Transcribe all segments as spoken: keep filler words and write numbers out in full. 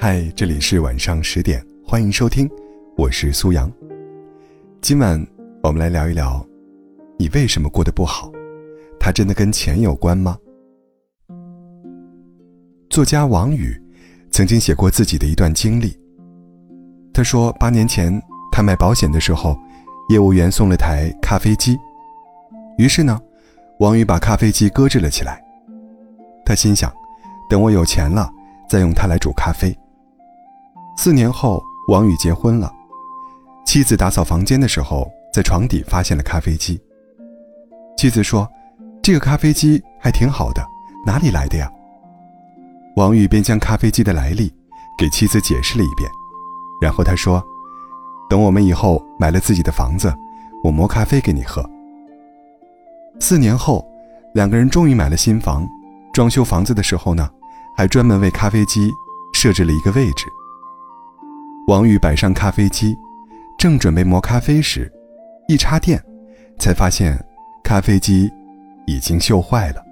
嗨，这里是晚上十点，欢迎收听，我是苏阳。今晚我们来聊一聊，你为什么过得不好？它真的跟钱有关吗？作家王宇曾经写过自己的一段经历。他说，八年前他卖保险的时候，业务员送了台咖啡机，于是呢，王宇把咖啡机搁置了起来。他心想，等我有钱了，再用它来煮咖啡。四年后，王宇结婚了，妻子打扫房间的时候，在床底发现了咖啡机。妻子说，这个咖啡机还挺好的，哪里来的呀？王宇便将咖啡机的来历给妻子解释了一遍，然后他说，等我们以后买了自己的房子，我磨咖啡给你喝。四年后，两个人终于买了新房，装修房子的时候呢，还专门为咖啡机设置了一个位置。王宇摆上咖啡机，正准备磨咖啡时，一插电，才发现咖啡机已经锈坏了。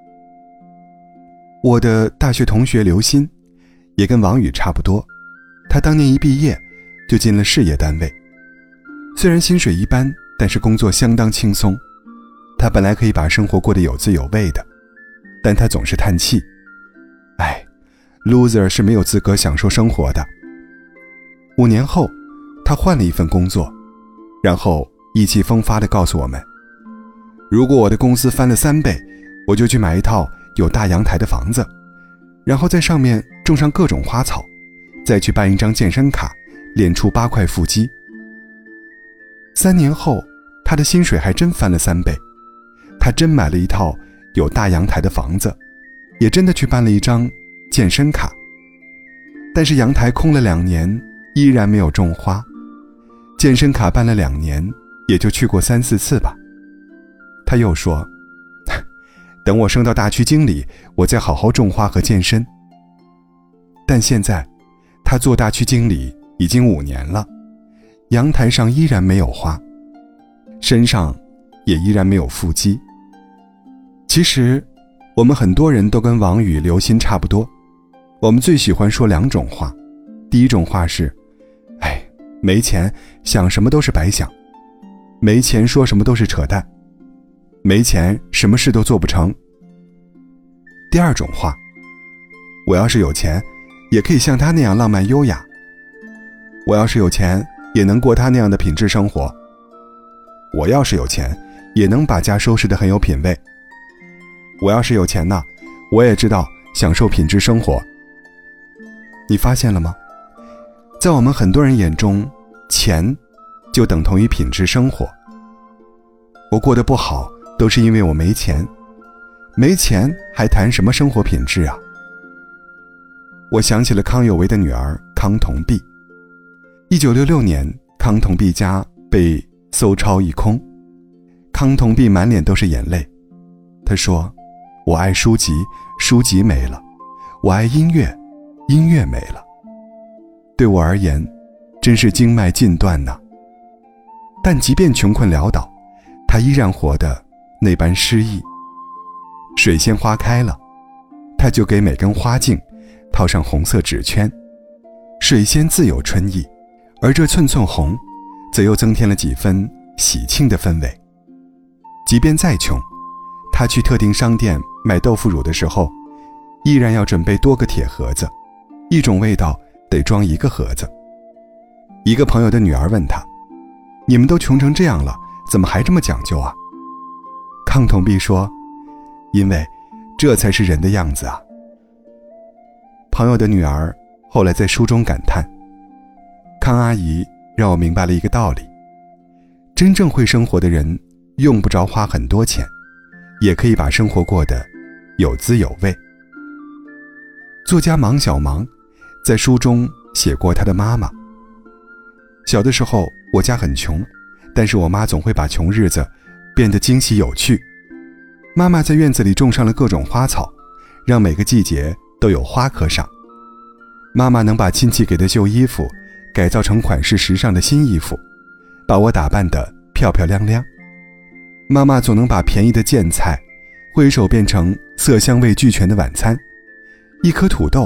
我的大学同学刘鑫也跟王宇差不多，他当年一毕业就进了事业单位，虽然薪水一般，但是工作相当轻松。他本来可以把生活过得有滋有味的，但他总是叹气，哎 loser 是没有资格享受生活的。五年后，他换了一份工作，然后意气风发地告诉我们，如果我的公司翻了三倍，我就去买一套有大阳台的房子，然后在上面种上各种花草，再去办一张健身卡，练出八块腹肌。三年后，他的薪水还真翻了三倍，他真买了一套有大阳台的房子，也真的去办了一张健身卡。但是阳台空了两年，依然没有种花，健身卡办了两年，也就去过三四次吧。他又说，等我升到大区经理，我再好好种花和健身。但现在他做大区经理已经五年了，阳台上依然没有花，身上也依然没有腹肌。其实我们很多人都跟王宇、刘鑫差不多，我们最喜欢说两种话。第一种话是，哎，没钱想什么都是白想，没钱说什么都是扯淡，没钱什么事都做不成。第二种话，我要是有钱也可以像他那样浪漫优雅，我要是有钱也能过他那样的品质生活，我要是有钱也能把家收拾得很有品味，我要是有钱呢，我也知道享受品质生活。你发现了吗？在我们很多人眼中，钱就等同于品质生活。我过得不好，都是因为我没钱，没钱还谈什么生活品质啊？我想起了康有为的女儿康同璧。一九六六年，康同璧家被搜抄一空，康同璧满脸都是眼泪。她说，我爱书籍，书籍没了；我爱音乐，音乐没了。对我而言，真是经脉尽断呐。但即便穷困潦倒，他依然活得那般诗意。水仙花开了，他就给每根花茎套上红色纸圈。水仙自有春意，而这寸寸红，则又增添了几分喜庆的氛围。即便再穷，他去特定商店买豆腐乳的时候，依然要准备多个铁盒子，一种味道得装一个盒子。一个朋友的女儿问他，你们都穷成这样了，怎么还这么讲究啊？康同璧说，因为这才是人的样子啊。朋友的女儿后来在书中感叹，康阿姨让我明白了一个道理，真正会生活的人用不着花很多钱，也可以把生活过得有滋有味。作家芒小芒在书中写过他的妈妈。小的时候我家很穷，但是我妈总会把穷日子变得惊喜有趣。妈妈在院子里种上了各种花草，让每个季节都有花可赏。妈妈能把亲戚给的旧衣服改造成款式时尚的新衣服，把我打扮得漂漂亮亮。妈妈总能把便宜的贱菜挥手变成色香味俱全的晚餐，一颗土豆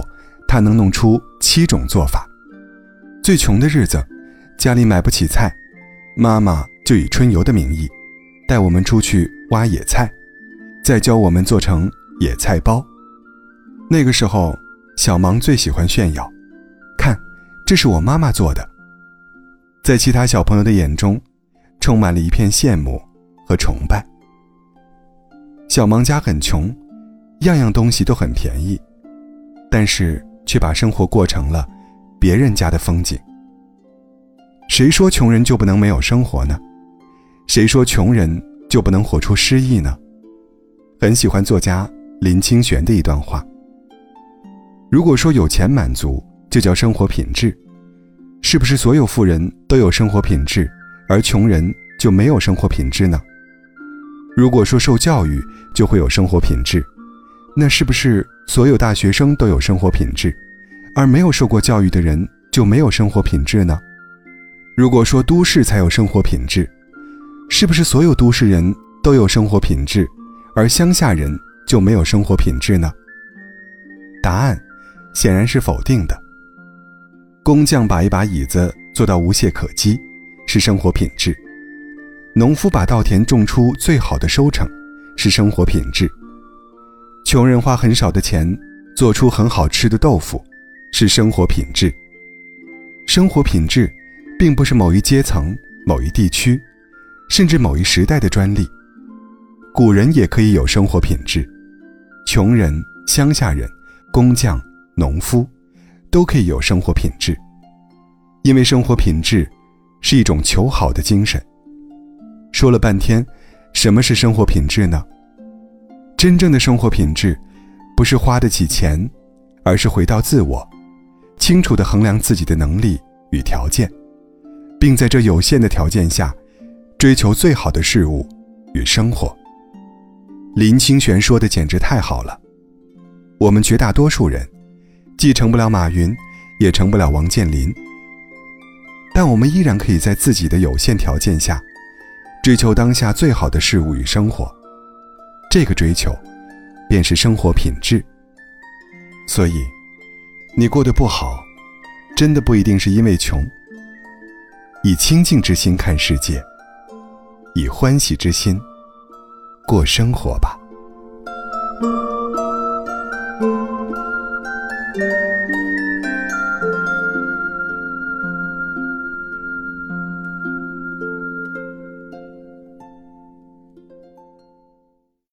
他能弄出七种做法。最穷的日子，家里买不起菜，妈妈就以春游的名义带我们出去挖野菜，再教我们做成野菜包。那个时候，小芒最喜欢炫耀，看，这是我妈妈做的。在其他小朋友的眼中，充满了一片羡慕和崇拜。小芒家很穷，样样东西都很便宜，但是却把生活过成了别人家的风景。谁说穷人就不能没有生活呢？谁说穷人就不能活出诗意呢？很喜欢作家林清玄的一段话：如果说有钱满足就叫生活品质，是不是所有富人都有生活品质，而穷人就没有生活品质呢？如果说受教育就会有生活品质，那是不是所有大学生都有生活品质，而没有受过教育的人就没有生活品质呢？如果说都市才有生活品质，是不是所有都市人都有生活品质，而乡下人就没有生活品质呢？答案显然是否定的。工匠把一把椅子做到无懈可击，是生活品质；农夫把稻田种出最好的收成，是生活品质；穷人花很少的钱做出很好吃的豆腐，是生活品质。生活品质并不是某一阶层、某一地区，甚至某一时代的专利。古人也可以有生活品质，穷人、乡下人、工匠、农夫都可以有生活品质，因为生活品质是一种求好的精神。说了半天，什么是生活品质呢？真正的生活品质不是花得起钱，而是回到自我，清楚地衡量自己的能力与条件，并在这有限的条件下追求最好的事物与生活。林清玄说的简直太好了，我们绝大多数人既成不了马云，也成不了王健林，但我们依然可以在自己的有限条件下追求当下最好的事物与生活，这个追求便是生活品质。所以你过得不好，真的不一定是因为穷。以清净之心看世界，以欢喜之心过生活吧。